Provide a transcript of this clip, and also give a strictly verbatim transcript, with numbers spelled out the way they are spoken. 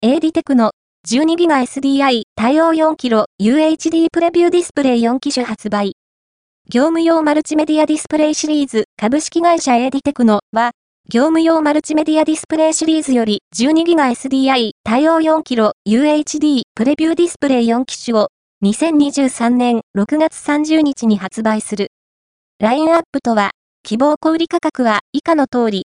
エーディテクの じゅうにギガエスディーアイ 対応 よんキロ ユーエイチディー プレビューディスプレイよん機種発売。業務用マルチメディアディスプレイシリーズ株式会社エーディテクノは、業務用マルチメディアディスプレイシリーズより じゅうにギガエスディーアイ 対応 よんキロ ユーエイチディー プレビューディスプレイよん機種をにせんにじゅうさんねんろくがつさんじゅうにちに発売する。ラインアップとは、希望小売価格は以下の通り、